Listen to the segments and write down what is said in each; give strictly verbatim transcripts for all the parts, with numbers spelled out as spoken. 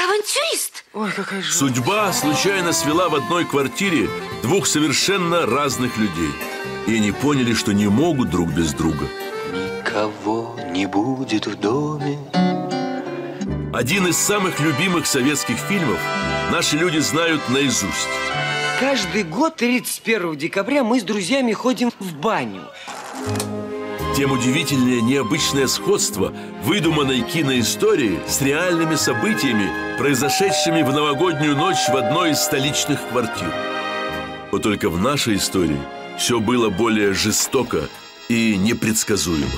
авантюрист. Ой, какая жалость. Судьба случайно свела в одной квартире двух совершенно разных людей. И они поняли, что не могут друг без друга. Никого не будет в доме. Один из самых любимых советских фильмов наши люди знают наизусть. Каждый год тридцать первого декабря мы с друзьями ходим в баню. Тем удивительнее необычное сходство выдуманной киноистории с реальными событиями, произошедшими в новогоднюю ночь в одной из столичных квартир. Вот только в нашей истории все было более жестоко и непредсказуемо.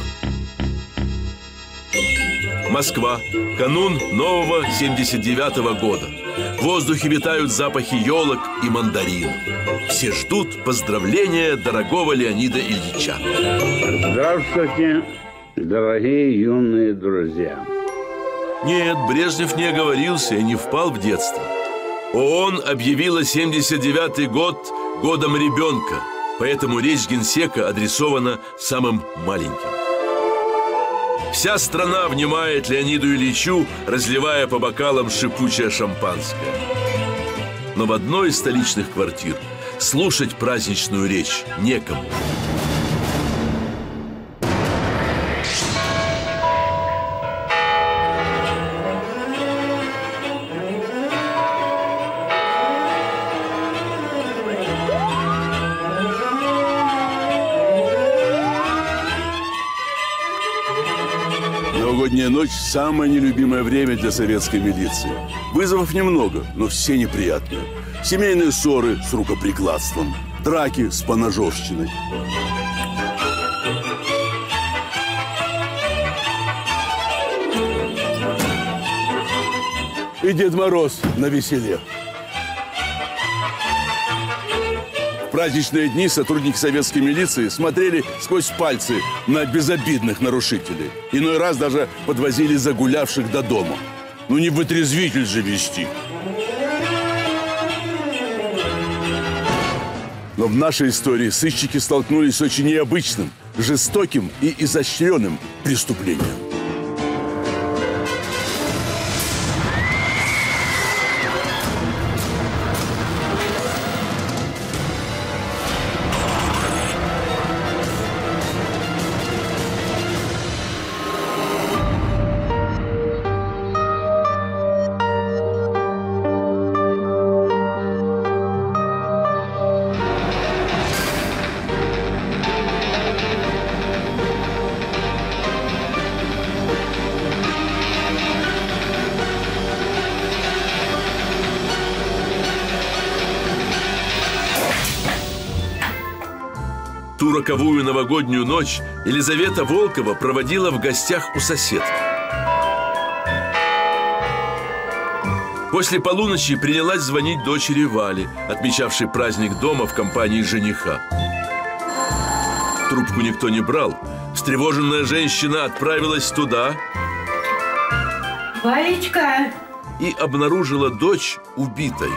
Москва. Канун нового семьдесят девятого года. В воздухе витают запахи елок и мандаринов. Все ждут поздравления дорогого Леонида Ильича. Здравствуйте, дорогие юные друзья. Нет, Брежнев не оговорился и не впал в детство. ООН объявила семьдесят девятый год годом ребенка, поэтому речь генсека адресована самым маленьким. Вся страна внимает Леониду Ильичу, разливая по бокалам шипучее шампанское. Но в одной из столичных квартир слушать праздничную речь некому. Новогодняя ночь – самое нелюбимое время для советской милиции. Вызовов немного, но все неприятные. Семейные ссоры с рукоприкладством, драки с поножовщиной. И Дед Мороз на веселе. В праздничные дни сотрудники советской милиции смотрели сквозь пальцы на безобидных нарушителей. Иной раз даже подвозили загулявших до дома. Ну не вытрезвитель же вести. Но в нашей истории сыщики столкнулись с очень необычным, жестоким и изощренным преступлением. Ту роковую новогоднюю ночь Елизавета Волкова проводила в гостях у соседки. После полуночи принялась звонить дочери Вале, отмечавшей праздник дома в компании жениха. Трубку никто не брал. Встревоженная женщина отправилась туда. Валечка! И обнаружила дочь убитой.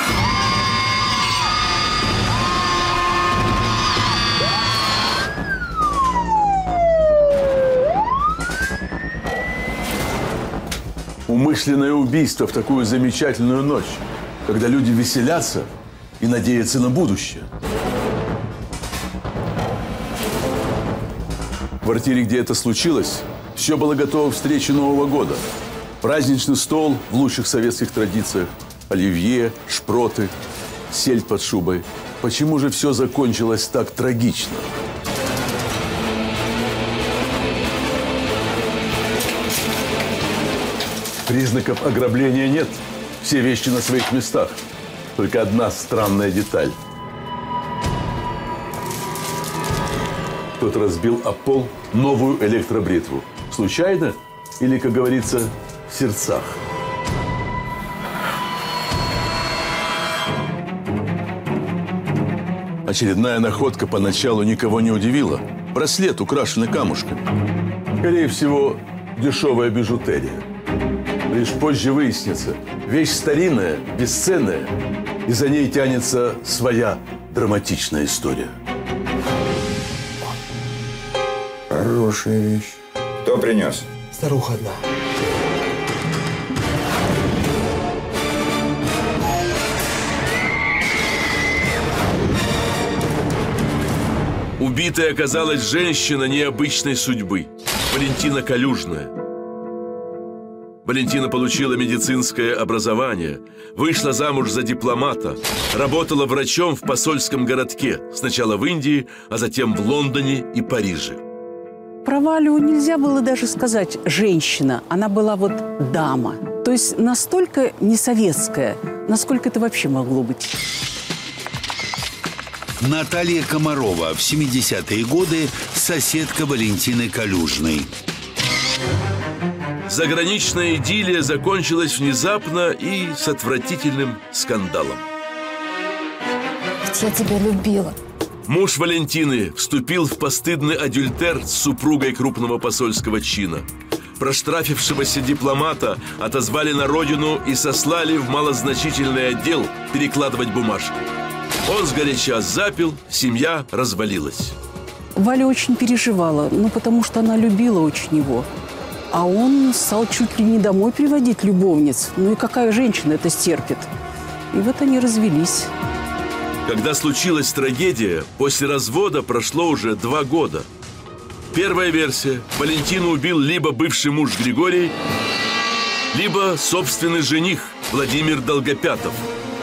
Умышленное убийство в такую замечательную ночь, когда люди веселятся и надеются на будущее. В квартире, где это случилось, все было готово к встрече Нового года. Праздничный стол в лучших советских традициях, оливье, шпроты, сельдь под шубой. Почему же все закончилось так трагично? Признаков ограбления нет. Все вещи на своих местах. Только одна странная деталь. Кто-то разбил о пол новую электробритву. Случайно? Или, как говорится, в сердцах? Очередная находка поначалу никого не удивила. Браслет, украшенный камушками. Скорее всего, дешевая бижутерия. Лишь позже выяснится, вещь старинная, бесценная, и за ней тянется своя драматичная история. Хорошая вещь. Кто принес? Старуха одна. Убитой оказалась женщина необычной судьбы – Валентина Калюжная. Валентина получила медицинское образование, вышла замуж за дипломата, работала врачом в посольском городке, сначала в Индии, а затем в Лондоне и Париже. Про Валю нельзя было даже сказать «женщина», она была вот дама. То есть настолько не советская, насколько это вообще могло быть. Наталья Комарова, в семидесятые годы соседка Валентины Калюжной. Заграничная идиллия закончилась внезапно и с отвратительным скандалом. Я тебя любила. Муж Валентины вступил в постыдный адюльтер с супругой крупного посольского чина. Проштрафившегося дипломата отозвали на родину и сослали в малозначительный отдел перекладывать бумажки. Он сгоряча запил, семья развалилась. Валя очень переживала, ну потому что она любила очень его. А он стал чуть ли не домой приводить любовниц. Ну и какая женщина это стерпит? И вот они развелись. Когда случилась трагедия, после развода прошло уже два года. Первая версия. Валентину убил либо бывший муж Григорий, либо собственный жених Владимир Долгопятов.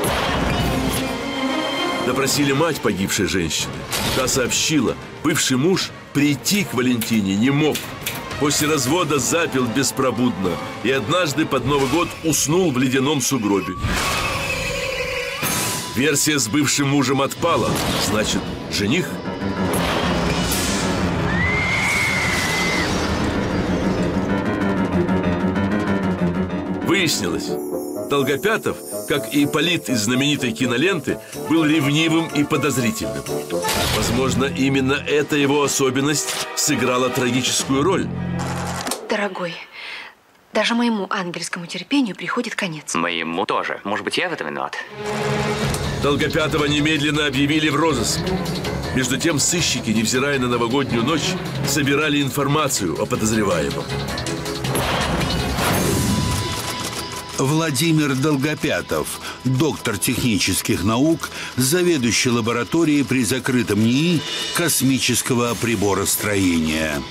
Допросили мать погибшей женщины. Та сообщила, бывший муж прийти к Валентине не мог. После развода запил беспробудно и однажды под Новый год уснул в ледяном сугробе. Версия с бывшим мужем отпала. Значит, жених? Выяснилось, Долгопятов, как и Ипполит из знаменитой киноленты, был ревнивым и подозрительным. Возможно, именно эта его особенность сыграла трагическую роль. Дорогой, даже моему ангельскому терпению приходит конец. Моему тоже. Может быть, я в этом виноват? Долгопятова немедленно объявили в розыск. Между тем сыщики, невзирая на новогоднюю ночь, собирали информацию о подозреваемом. Владимир Долгопятов, доктор технических наук, заведующий лабораторией при закрытом НИИ космического приборостроения.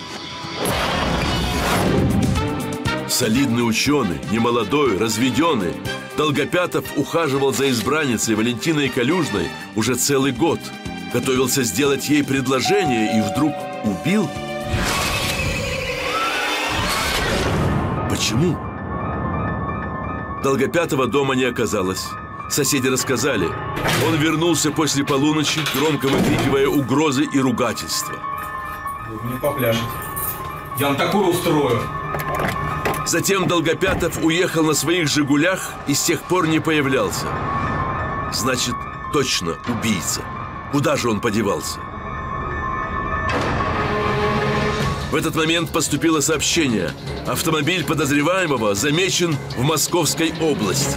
Солидный ученый, немолодой, разведенный, Долгопятов ухаживал за избранницей Валентиной Калюжной уже целый год. Готовился сделать ей предложение и вдруг убил. Почему? Долгопятова дома не оказалось. Соседи рассказали. Он вернулся после полуночи, громко выкрикивая угрозы и ругательства. Вы мне попляшете. Я вам такую устрою. Затем Долгопятов уехал на своих «Жигулях» и с тех пор не появлялся. Значит, точно убийца. Куда же он подевался? В этот момент поступило сообщение. Автомобиль подозреваемого замечен в Московской области.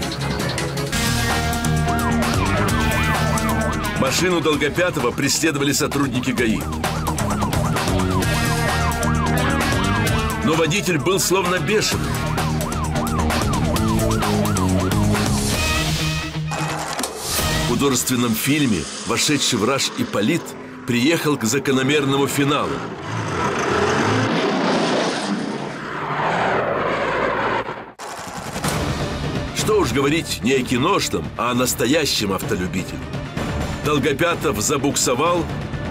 Машину Долгопятова преследовали сотрудники ГАИ. Но водитель был словно бешеный. В художественном фильме вошедший в раж Ипполит приехал к закономерному финалу. Что уж говорить не о киношном, а о настоящем автолюбителе. Долгопятов забуксовал,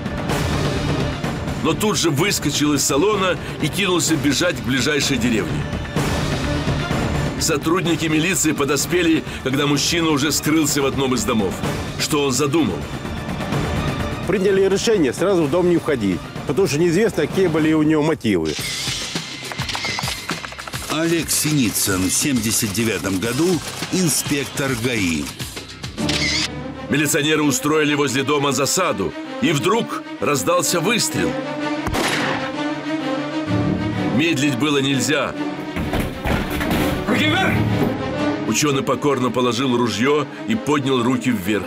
но тут же выскочил из салона и кинулся бежать к ближайшей деревне. Сотрудники милиции подоспели, когда мужчина уже скрылся в одном из домов. Что он задумал? Приняли решение сразу в дом не входить, потому что неизвестно, какие были у него мотивы. Олег Синицын, в семьдесят девятом году инспектор ГАИ. Милиционеры устроили возле дома засаду, и вдруг раздался выстрел. Медлить было нельзя. Руки вверх! Ученый покорно положил ружье и поднял руки вверх.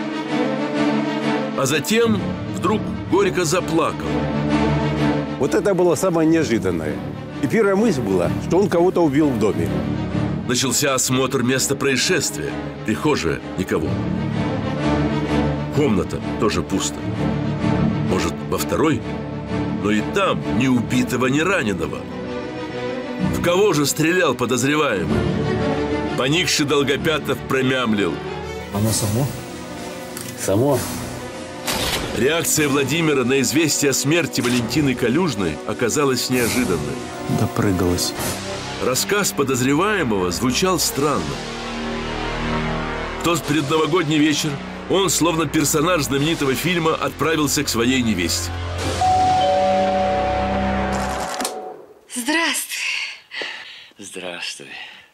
А затем вдруг горько заплакал. Вот это было самое неожиданное. И первая мысль была, что он кого-то убил в доме. Начался осмотр места происшествия. Прихожая — никого. Комната тоже пусто. Может, во второй, но и там ни убитого, ни раненого. В кого же стрелял подозреваемый? Поникший Долгопятов промямлил: оно само? Само? Реакция Владимира на известие о смерти Валентины Калюжной оказалась неожиданной. Допрыгалась. Рассказ подозреваемого звучал странно. В тот предновогодний вечер он, словно персонаж знаменитого фильма, отправился к своей невесте. Здравствуй. Здравствуй.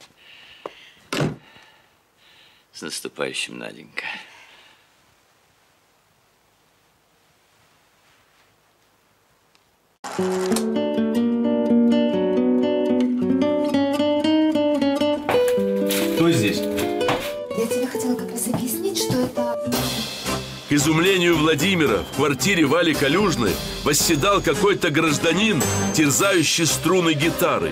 С наступающим, Наденька. Кто здесь? Я тебе хотела как раз объяснить, что это... К изумлению Владимира в квартире Вали Калюжной восседал какой-то гражданин, терзающий струны гитары.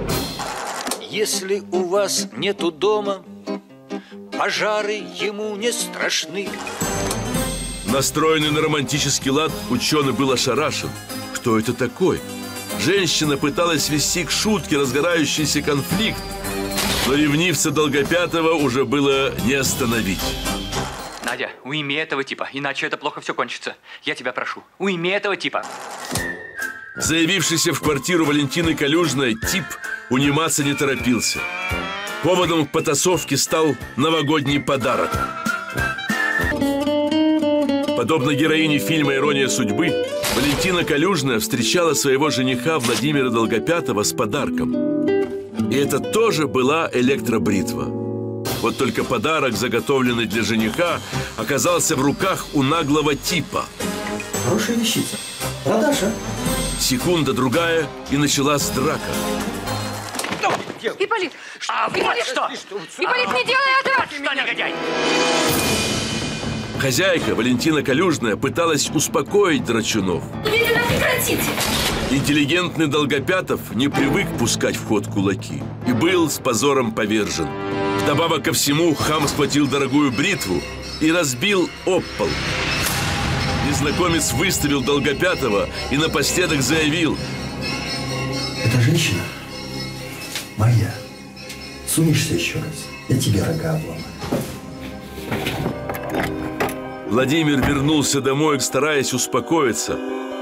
Если у вас нету дома, пожары ему не страшны. Настроенный на романтический лад, ученый был ошарашен. Кто это такой? Женщина пыталась вести к шутке разгорающийся конфликт, но ревнивца Долгопятова уже было не остановить. Надя, уйми этого типа, иначе это плохо все кончится. Я тебя прошу, уйми этого типа. Заявившийся в квартиру Валентины Калюжной тип униматься не торопился. Поводом к потасовке стал новогодний подарок. Подобно героине фильма «Ирония судьбы», Валентина Калюжная встречала своего жениха Владимира Долгопятова с подарком. И это тоже была электробритва. Вот только подарок, заготовленный для жениха, оказался в руках у наглого типа. Хорошая вещица. Продажа. Секунда-другая, и началась драка. Ипполит! А, Ипполит! что? Ипполит, не делай этого! Что, негодяй? Хозяйка Валентина Калюжная пыталась успокоить драчунов. Немедленно прекратите! Интеллигентный Долгопятов не привык пускать в ход кулаки и был с позором повержен. Вдобавок ко всему, хам схватил дорогую бритву и разбил об пол. Незнакомец выставил Долгопятова и напоследок заявил: эта женщина моя. Сунешься еще раз, я тебе рога обломаю. Владимир вернулся домой, стараясь успокоиться.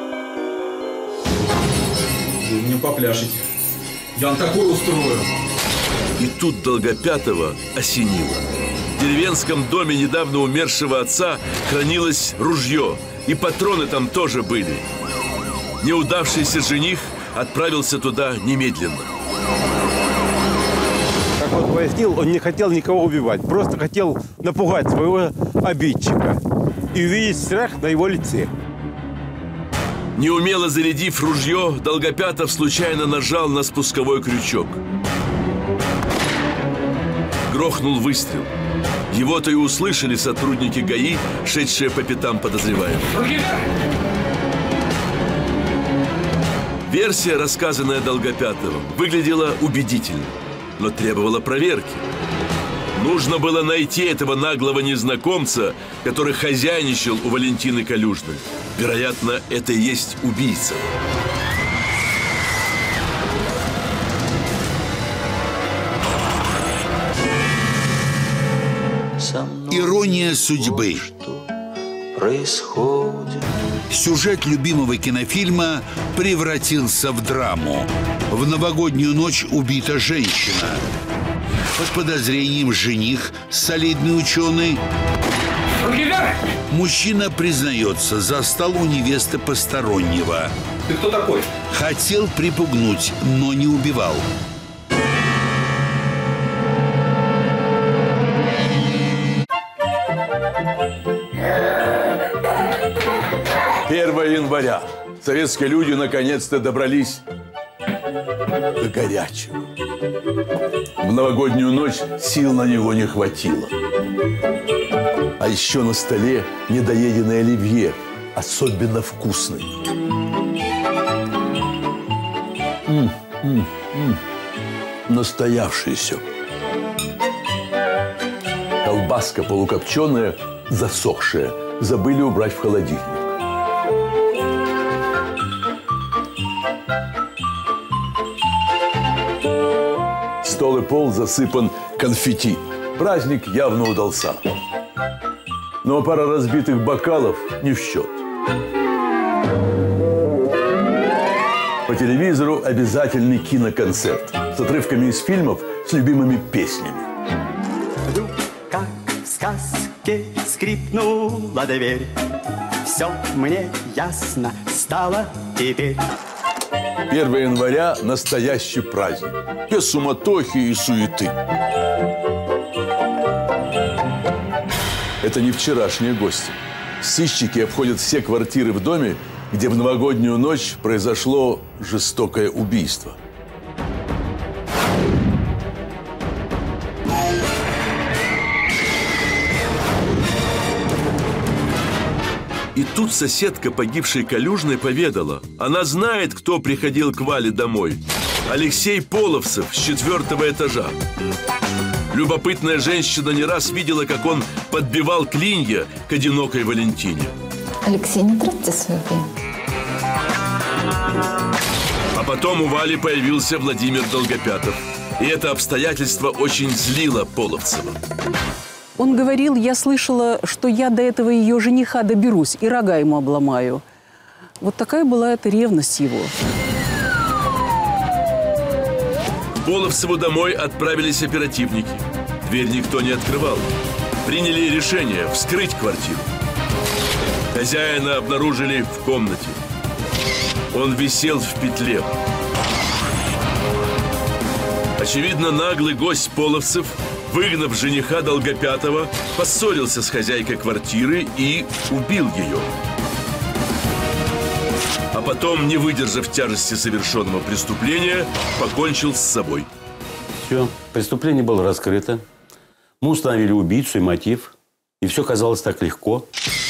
Вы мне попляшете. Я вам такое устрою. И тут Долгопятова осенило. В деревенском доме недавно умершего отца хранилось ружье, и патроны там тоже были. Неудавшийся жених отправился туда немедленно. Как он пояснил, он не хотел никого убивать, просто хотел напугать своего обидчика и увидеть страх на его лице. Неумело зарядив ружье, Долгопятов случайно нажал на спусковой крючок. Грохнул выстрел. Его-то и услышали сотрудники ГАИ, шедшие по пятам подозреваемых. Версия, рассказанная Долгопятовым, выглядела убедительно, но требовала проверки. Нужно было найти этого наглого незнакомца, который хозяйничал у Валентины Калюжной. Вероятно, это и есть убийца. Ирония судьбы. Происходит. Сюжет любимого кинофильма превратился в драму. В новогоднюю ночь убита женщина. Под подозрением жених, солидный ученый. Мужчина признается, застал у невесты постороннего. Ты кто такой? Хотел припугнуть, но не убивал. первого января советские люди наконец-то добрались до горячего. В новогоднюю ночь сил на него не хватило. А еще на столе недоеденное оливье, особенно вкусный. М-м-м-м. Настоявшийся. Колбаска полукопченая, засохшая. Забыли убрать в холодильник. Стол и пол засыпан конфетти. Праздник явно удался. Но пара разбитых бокалов не в счет. По телевизору обязательный киноконцерт с отрывками из фильмов с любимыми песнями. Вдруг, как в сказке, скрипнула дверь. Все мне ясно стало теперь. первое января – настоящий праздник. Без суматохи и суеты. Это не вчерашние гости. Сыщики обходят все квартиры в доме, где в новогоднюю ночь произошло жестокое убийство. И тут соседка погибшей Калюжной поведала. Она знает, кто приходил к Вале домой. Алексей Половцев с четвертого этажа. Любопытная женщина не раз видела, как он подбивал клинья к одинокой Валентине. Алексей, не тратьте свое время. А потом у Вали появился Владимир Долгопятов. И это обстоятельство очень злило Половцева. Он говорил, я слышала, что я до этого ее жениха доберусь и рога ему обломаю. Вот такая была эта ревность его. К Половцеву домой отправились оперативники. Дверь никто не открывал. Приняли решение вскрыть квартиру. Хозяина обнаружили в комнате. Он висел в петле. Очевидно, наглый гость Половцев, выгнав жениха Долгопятова, поссорился с хозяйкой квартиры и убил ее. А потом, не выдержав тяжести совершенного преступления, покончил с собой. Все, преступление было раскрыто. Мы установили убийцу и мотив. И все казалось так легко.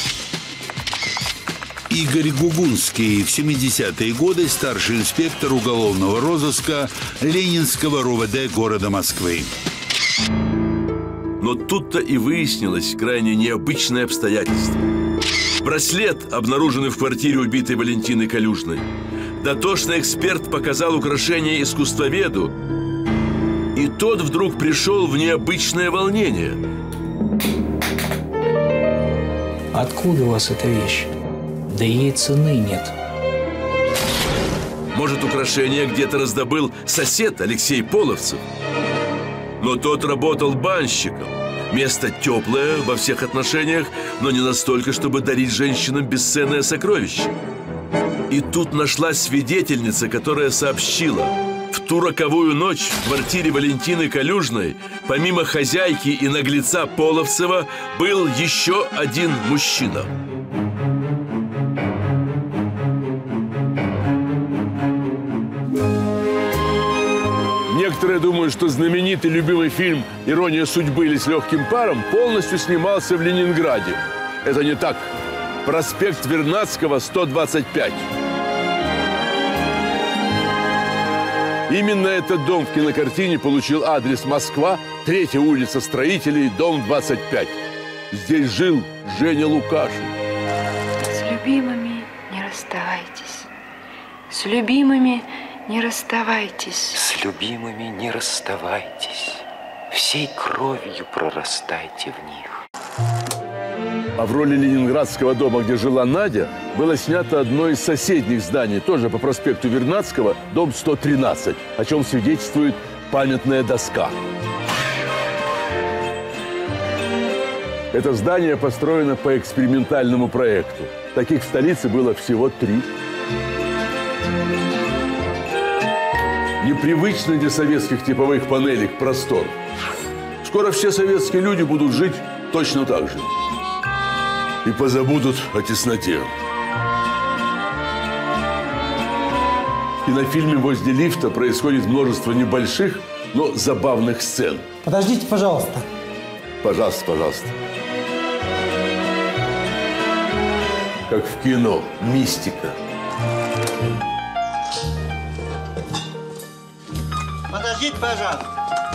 Игорь Гугунский, в семидесятые годы старший инспектор уголовного розыска Ленинского РОВД города Москвы. Но тут-то и выяснилось крайне необычное обстоятельство. Браслет, обнаруженный в квартире убитой Валентины Калюжной. Дотошный эксперт показал украшение искусствоведу, и тот вдруг пришел в необычное волнение. Откуда у вас эта вещь? Да ей цены нет. Может, украшение где-то раздобыл сосед Алексей Половцев? Но тот работал банщиком. Место теплое во всех отношениях, но не настолько, чтобы дарить женщинам бесценное сокровище. И тут нашлась свидетельница, которая сообщила: в ту роковую ночь в квартире Валентины Калюжной, помимо хозяйки и наглеца Половцева, был еще один мужчина. Некоторые думают, что знаменитый любимый фильм «Ирония судьбы» или «С легким паром» полностью снимался в Ленинграде. Это не так. Проспект Вернадского, сто двадцать пять. Именно этот дом в кинокартине получил адрес Москва, третья улица Строителей, дом двадцать пять. Здесь жил Женя Лукашин. С любимыми не расставайтесь. С любимыми не расставайтесь. С любимыми не расставайтесь. Всей кровью прорастайте в них. А в роли ленинградского дома, где жила Надя, было снято одно из соседних зданий, тоже по проспекту Вернадского, дом сто тринадцать, о чем свидетельствует памятная доска. Это здание построено по экспериментальному проекту. Таких в столице было всего три. Непривычный для советских типовых панелек простор. Скоро все советские люди будут жить точно так же. И позабудут о тесноте. В кинофильме «Возле лифта» происходит множество небольших, но забавных сцен. Подождите, пожалуйста. Пожалуйста, пожалуйста. Как в кино. Мистика. Подождите, пожалуйста.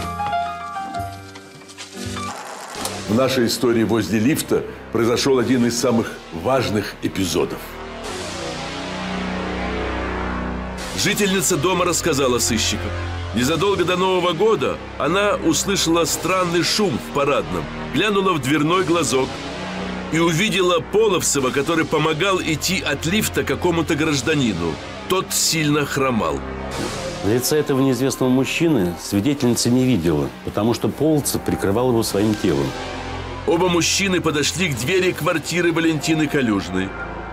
В нашей истории «Возле лифта» произошел один из самых важных эпизодов. Жительница дома рассказала сыщикам. Незадолго до Нового года она услышала странный шум в парадном, глянула в дверной глазок и увидела Половцева, который помогал идти от лифта какому-то гражданину. Тот сильно хромал. Лица этого неизвестного мужчины свидетельница не видела, потому что Половцев прикрывал его своим телом. Оба мужчины подошли к двери квартиры Валентины Калюжной.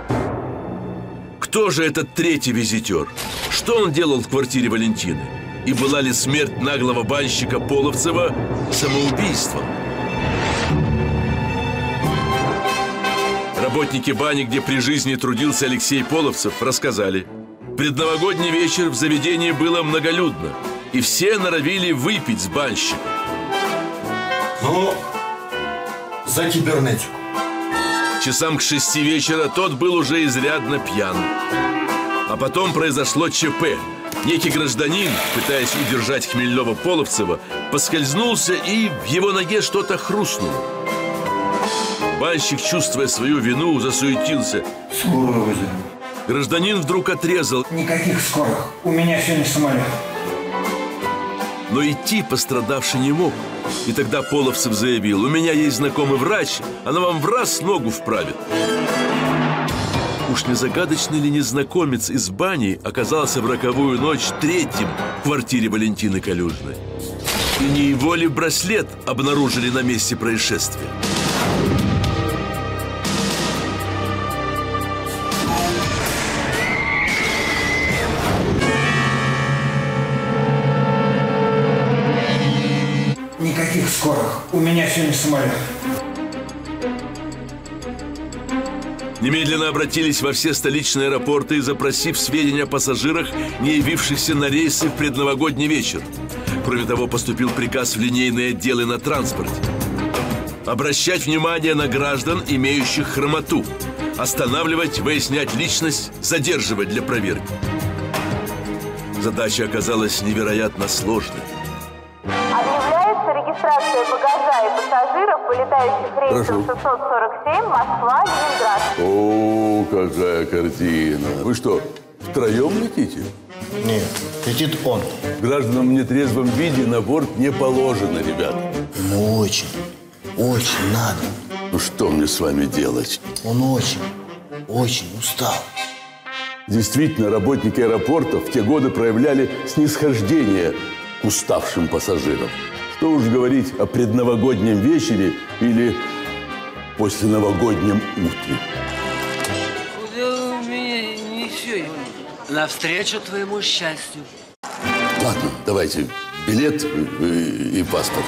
Кто же этот третий визитер? Что он делал в квартире Валентины? И была ли смерть наглого банщика Половцева самоубийством? Работники бани, где при жизни трудился Алексей Половцев, рассказали. Предновогодний вечер в заведении было многолюдно, и все норовили выпить с банщиком. Ну, за кибернетику. Часам к шести вечера тот был уже изрядно пьян. А потом произошло ЧП. Некий гражданин, пытаясь удержать хмельного Половцева, поскользнулся, и в его ноге что-то хрустнуло. Банщик, чувствуя свою вину, засуетился. Скорую вызовем. Гражданин вдруг отрезал. Никаких скорых. У меня сегодня самолет. Но идти пострадавший не мог. И тогда Половцев заявил: у меня есть знакомый врач, она вам в раз ногу вправит. Уж не загадочный ли незнакомец из бани оказался в роковую ночь третьим в квартире Валентины Калюжной? И не его ли браслет обнаружили на месте происшествия? Никаких скорых. У меня сегодня самолет. Немедленно обратились во все столичные аэропорты, запросив сведения о пассажирах, не явившихся на рейсы в предновогодний вечер. Кроме того, поступил приказ в линейные отделы на транспорте. Обращать внимание на граждан, имеющих хромоту. Останавливать, выяснять личность, задерживать для проверки. Задача оказалась невероятно сложной. Объявляется регистрация багажа и пассажиров, вылетающих рейсом шестьсот сорок семь, Москва, Ленинград. О, какая картина. Вы что, втроем летите? Нет, летит он. Гражданам в нетрезвом виде на борт не положено, ребята. Ему очень, очень надо. Ну что мне с вами делать? Он очень, очень устал. Действительно, работники аэропортов в те годы проявляли снисхождение к уставшим пассажирам. Что уж говорить о предновогоднем вечере или посленовогоднем утре. Куда вы меня несете? Навстречу твоему счастью. Ладно, давайте билет и, и паспорт.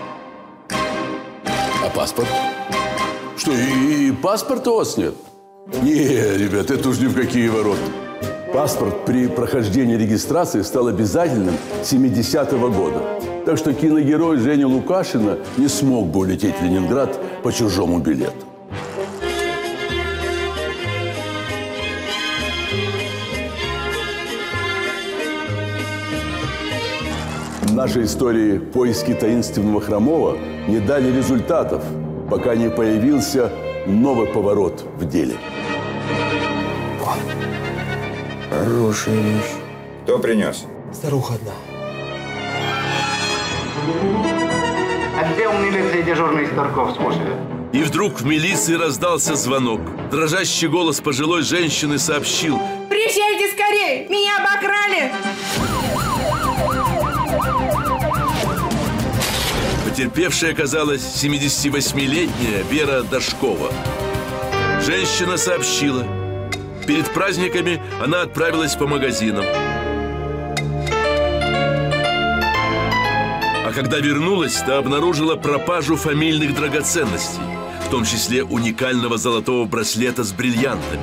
А паспорт? Что, и, и паспорта у вас нет? Не, ребят, это уж ни в какие ворота. Паспорт при прохождении регистрации стал обязательным с семидесятого года. Так что киногерой Женя Лукашина не смог бы улететь в Ленинград по чужому билету. В нашей истории поиски таинственного хромого не дали результатов, пока не появился новый поворот в деле. Хорошая вещь. Кто принес? Старуха одна. Отдел милиции дежурный Старков слушает. И вдруг в милиции раздался звонок. Дрожащий голос пожилой женщины сообщил: Приезжайте скорее! Меня обокрали! Потерпевшей оказалась семидесятивосьмилетняя Вера Дашкова. Женщина сообщила: перед праздниками она отправилась по магазинам. А когда вернулась, то обнаружила пропажу фамильных драгоценностей, в том числе уникального золотого браслета с бриллиантами.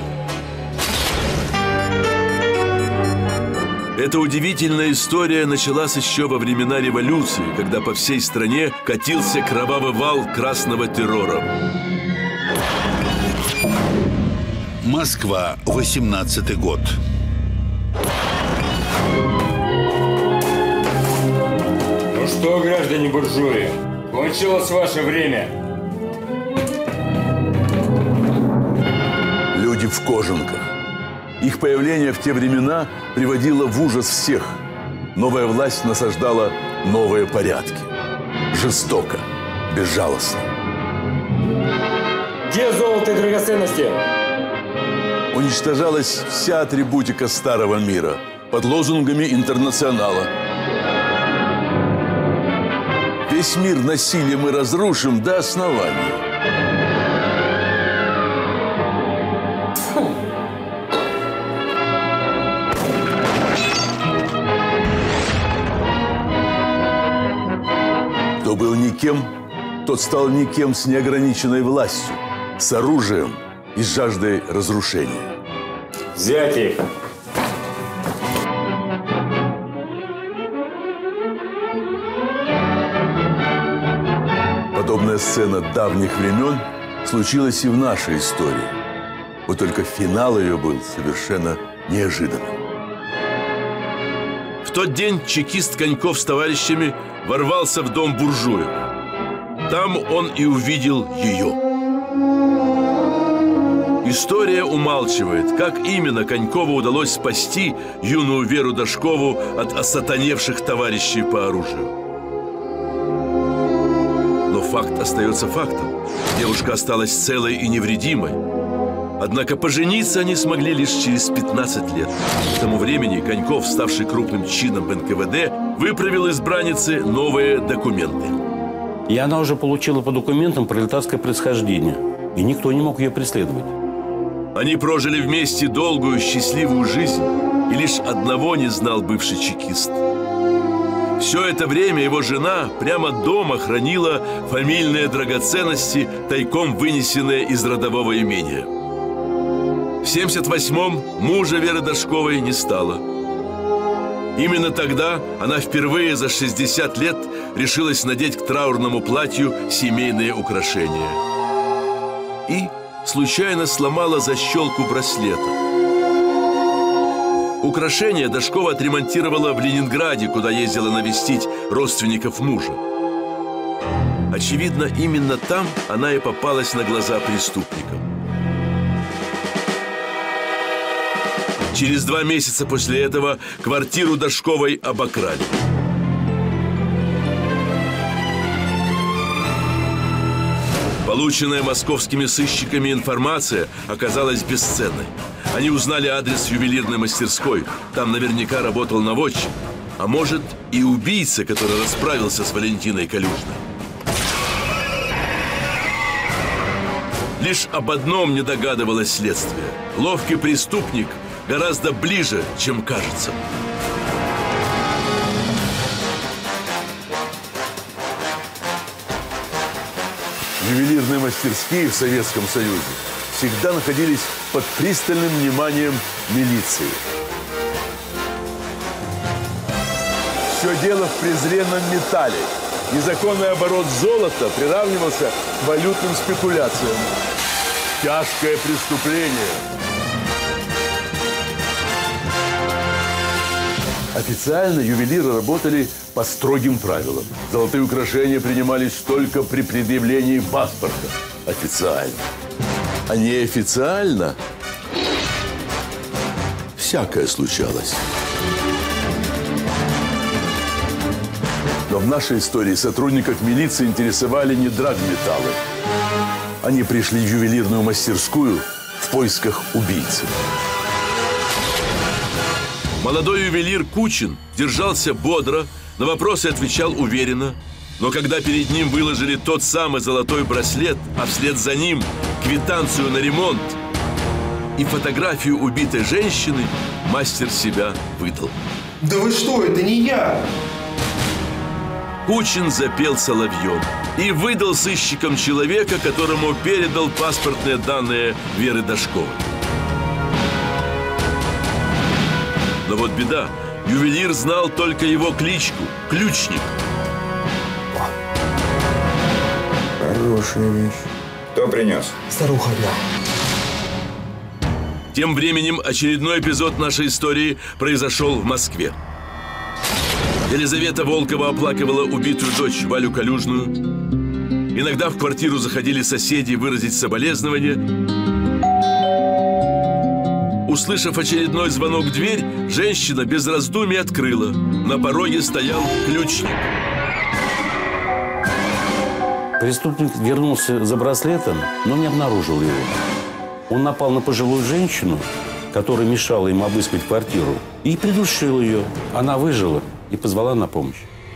Эта удивительная история началась еще во времена революции, когда по всей стране катился кровавый вал красного террора. Москва, восемнадцатый год. Ну что, граждане буржуи, кончилось ваше время. Люди в кожанках. Их появление в те времена приводило в ужас всех. новая власть насаждала новые порядки. Жестоко, безжалостно. Где золото и драгоценности? Уничтожалась вся атрибутика старого мира под лозунгами интернационала. Весь мир насилием мы разрушим до основания. Кто был никем, тот стал никем с неограниченной властью, с оружием и с жаждой разрушения. Взять их! Подобная сцена давних времен случилась и в нашей истории. Вот только финал ее был совершенно неожиданным. В тот день чекист Коньков с товарищами ворвался в дом буржуя. Там он и увидел ее. История умалчивает, как именно Конькову удалось спасти юную Веру Дашкову от осатаневших товарищей по оружию. Но факт остается фактом. Девушка осталась целой и невредимой. Однако пожениться они смогли лишь через пятнадцать лет. К тому времени Коньков, ставший крупным чином в эн ка вэ дэ, выправил избраннице новые документы. И она уже получила по документам пролетарское происхождение. И никто не мог ее преследовать. Они прожили вместе долгую, счастливую жизнь. И лишь одного не знал бывший чекист. Все это время его жена прямо дома хранила фамильные драгоценности, тайком вынесенные из родового имения. В семьдесят восьмом мужа Веры Дашковой не стало. Именно тогда она впервые за шестьдесят лет решилась надеть к траурному платью семейные украшения. И случайно сломала защелку браслета. Украшение Дашкова отремонтировала в Ленинграде, куда ездила навестить родственников мужа. Очевидно, именно там она и попалась на глаза преступникам. Через два месяца после этого квартиру Дашковой обокрали. Полученная московскими сыщиками информация оказалась бесценной. Они узнали адрес ювелирной мастерской. Там наверняка работал наводчик. А может, и убийца, который расправился с Валентиной Калюжной. Лишь об одном не догадывалось следствие. Ловкий преступник гораздо ближе, чем кажется. Ювелирные мастерские в Советском Союзе всегда находились под пристальным вниманием милиции. Все дело в презренном металле. Незаконный оборот золота приравнивался к валютным спекуляциям. Тяжкое преступление. Официально ювелиры работали по строгим правилам. Золотые украшения принимались только при предъявлении паспорта. Официально. А неофициально всякое случалось. Но в нашей истории сотрудников милиции интересовали не драгметаллы. Они пришли в ювелирную мастерскую в поисках убийцы. Молодой ювелир Кучин держался бодро, на вопросы отвечал уверенно. Но когда перед ним выложили тот самый золотой браслет, а вслед за ним квитанцию на ремонт и фотографию убитой женщины, мастер себя выдал. Да вы что, это не я! Кучин запел соловьем и выдал сыщикам человека, которому передал паспортные данные Веры Дашковой. Но вот беда. Ювелир знал только его кличку – Ключник. Хорошая вещь. Кто принес? Старуха одна. Тем временем очередной эпизод нашей истории произошел в Москве. Елизавета Волкова оплакивала убитую дочь Валю Калюжную. Иногда в квартиру заходили соседи выразить соболезнования. Услышав очередной звонок в дверь, женщина без раздумий открыла. На пороге стоял ключник. Преступник вернулся за браслетом, но не обнаружил его. Он напал на пожилую женщину, которая мешала ему обыскать квартиру, и придушил ее. Она выжила и позвала на помощь.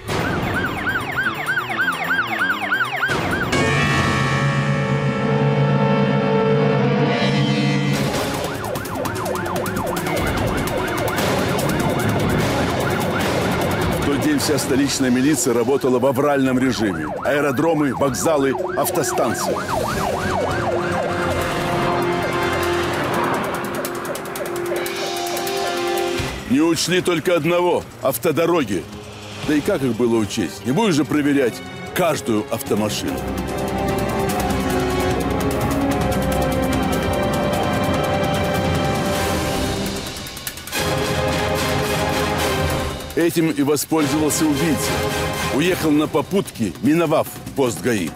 Вся столичная милиция работала в авральном режиме. Аэродромы, вокзалы, автостанции. Не учли только одного – автодороги. Да и как их было учесть? Не будешь же проверять каждую автомашину. Этим и воспользовался убийца. Уехал на попутке, миновав пост ГАИ.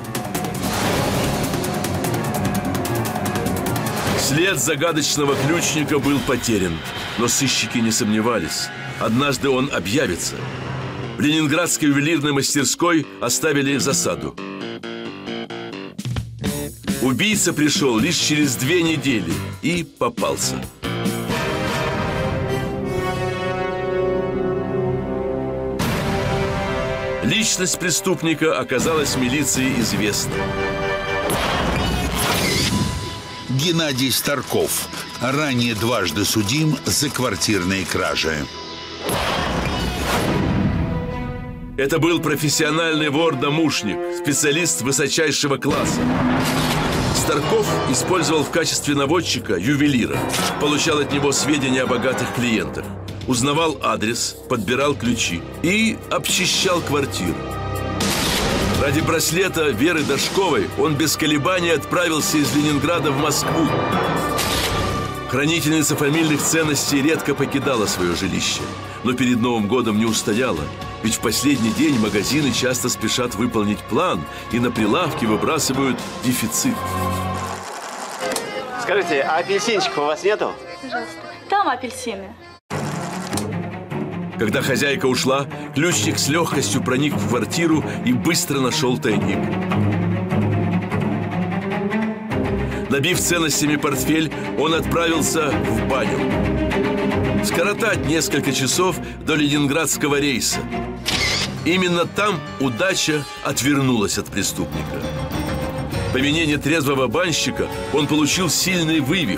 След загадочного ключника был потерян, но сыщики не сомневались. Однажды он объявится. В ленинградской ювелирной мастерской оставили засаду. Убийца пришел лишь через две недели и попался. Личность преступника оказалась милиции известна. Геннадий Старков, ранее дважды судим за квартирные кражи. Это был профессиональный вор-домушник, специалист высочайшего класса. Старков использовал в качестве наводчика ювелира, получал от него сведения о богатых клиентах, узнавал адрес, подбирал ключи и обчищал квартиру. Ради браслета Веры Дашковой он без колебаний отправился из Ленинграда в Москву. Хранительница фамильных ценностей редко покидала свое жилище, но перед Новым годом не устояла, ведь в последний день магазины часто спешат выполнить план и на прилавке выбрасывают дефицит. Скажите, а апельсинчиков у вас нету? Пожалуйста. Там апельсины. Когда хозяйка ушла, ключник с легкостью проник в квартиру и быстро нашел тайник. Набив ценностями портфель, он отправился в баню. Скоротать несколько часов до ленинградского рейса. Именно там удача отвернулась от преступника. По вине нетрезвого банщика он получил сильный вывих.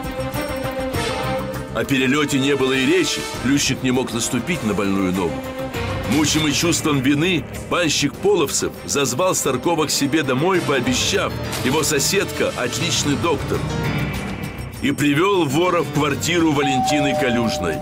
О перелете не было и речи, ключник не мог наступить на больную ногу. Мучимый чувством вины, банщик Половцев зазвал Старкова к себе домой, пообещав, его соседка – отличный доктор, и привел вора в квартиру Валентины Калюжной.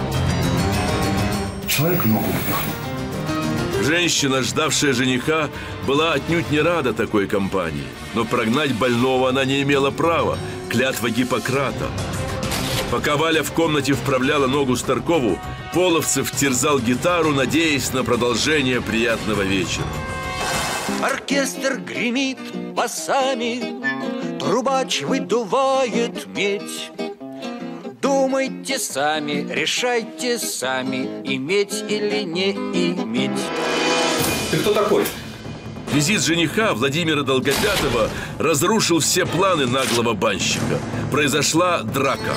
Человек ногу впихнул. Женщина, ждавшая жениха, была отнюдь не рада такой компании, но прогнать больного она не имела права, клятва Гиппократа. Пока Валя в комнате вправляла ногу Старкову, Половцев терзал гитару, надеясь на продолжение приятного вечера. Оркестр гремит басами, трубач выдувает медь. Думайте сами, решайте сами, иметь или не иметь. Ты кто такой? Визит жениха Владимира Долгопятова разрушил все планы наглого банщика. Произошла драка.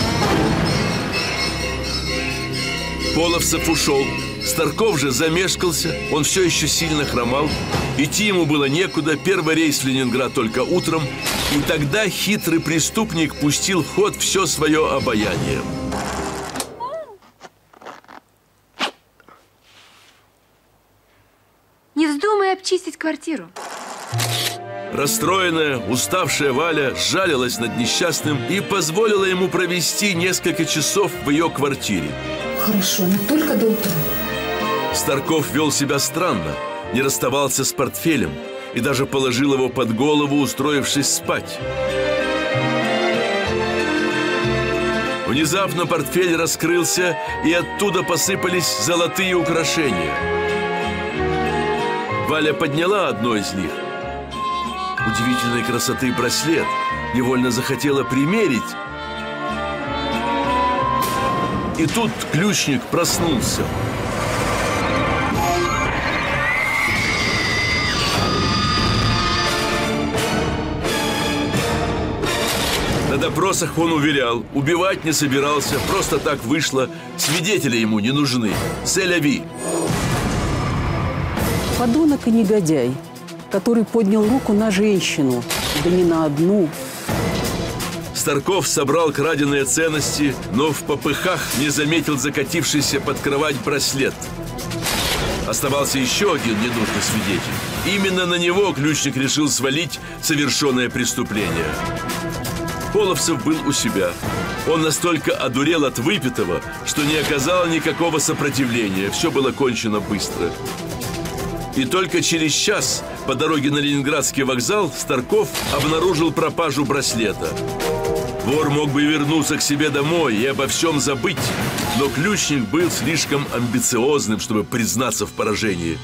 Половцев ушел. Старков же замешкался. Он все еще сильно хромал. Идти ему было некуда. Первый рейс в Ленинград только утром. И тогда хитрый преступник пустил в ход все свое обаяние. Не вздумай обчистить квартиру. Расстроенная, уставшая Валя сжалилась над несчастным и позволила ему провести несколько часов в ее квартире. Хорошо, но только до утра. Старков вел себя странно, не расставался с портфелем и даже положил его под голову, устроившись спать. Внезапно портфель раскрылся, и оттуда посыпались золотые украшения. Валя подняла одно из них. Удивительной красоты браслет. Невольно захотела примерить. И тут ключник проснулся. На допросах он уверял, убивать не собирался, просто так вышло, свидетели ему не нужны. Сель-ля-ви. Подонок и негодяй, который поднял руку на женщину, да не на одну. Старков собрал краденые ценности, но в попыхах не заметил закатившийся под кровать браслет. Оставался еще один ненужный свидетель. Именно на него ключник решил свалить совершенное преступление. Половцев был у себя. Он настолько одурел от выпитого, что не оказал никакого сопротивления. Все было кончено быстро. И только через час по дороге на Ленинградский вокзал Старков обнаружил пропажу браслета. Вор мог бы вернуться к себе домой и обо всем забыть, но ключник был слишком амбициозным, чтобы признаться в поражении.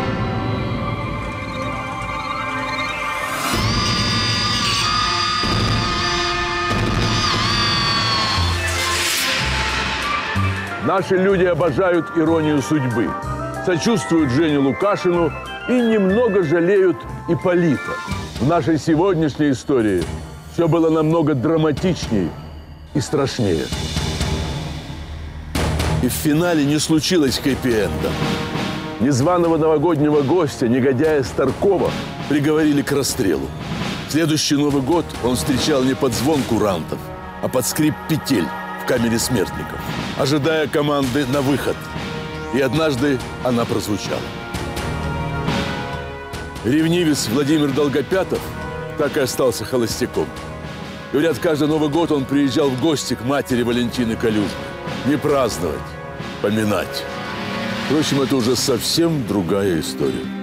Наши люди обожают иронию судьбы, сочувствуют Жене Лукашину и немного жалеют Ипполита. В нашей сегодняшней истории все было намного драматичнее и страшнее. И в финале не случилось хэппи-энда. Незваного новогоднего гостя, негодяя Старкова, приговорили к расстрелу. Следующий Новый год он встречал не под звон курантов, а под скрип петель в камере смертников, ожидая команды на выход. И однажды она прозвучала. Ревнивец Владимир Долгопятов так и остался холостяком. Говорят, каждый Новый год он приезжал в гости к матери Валентины Калюжной. Не праздновать, поминать. Впрочем, это уже совсем другая история.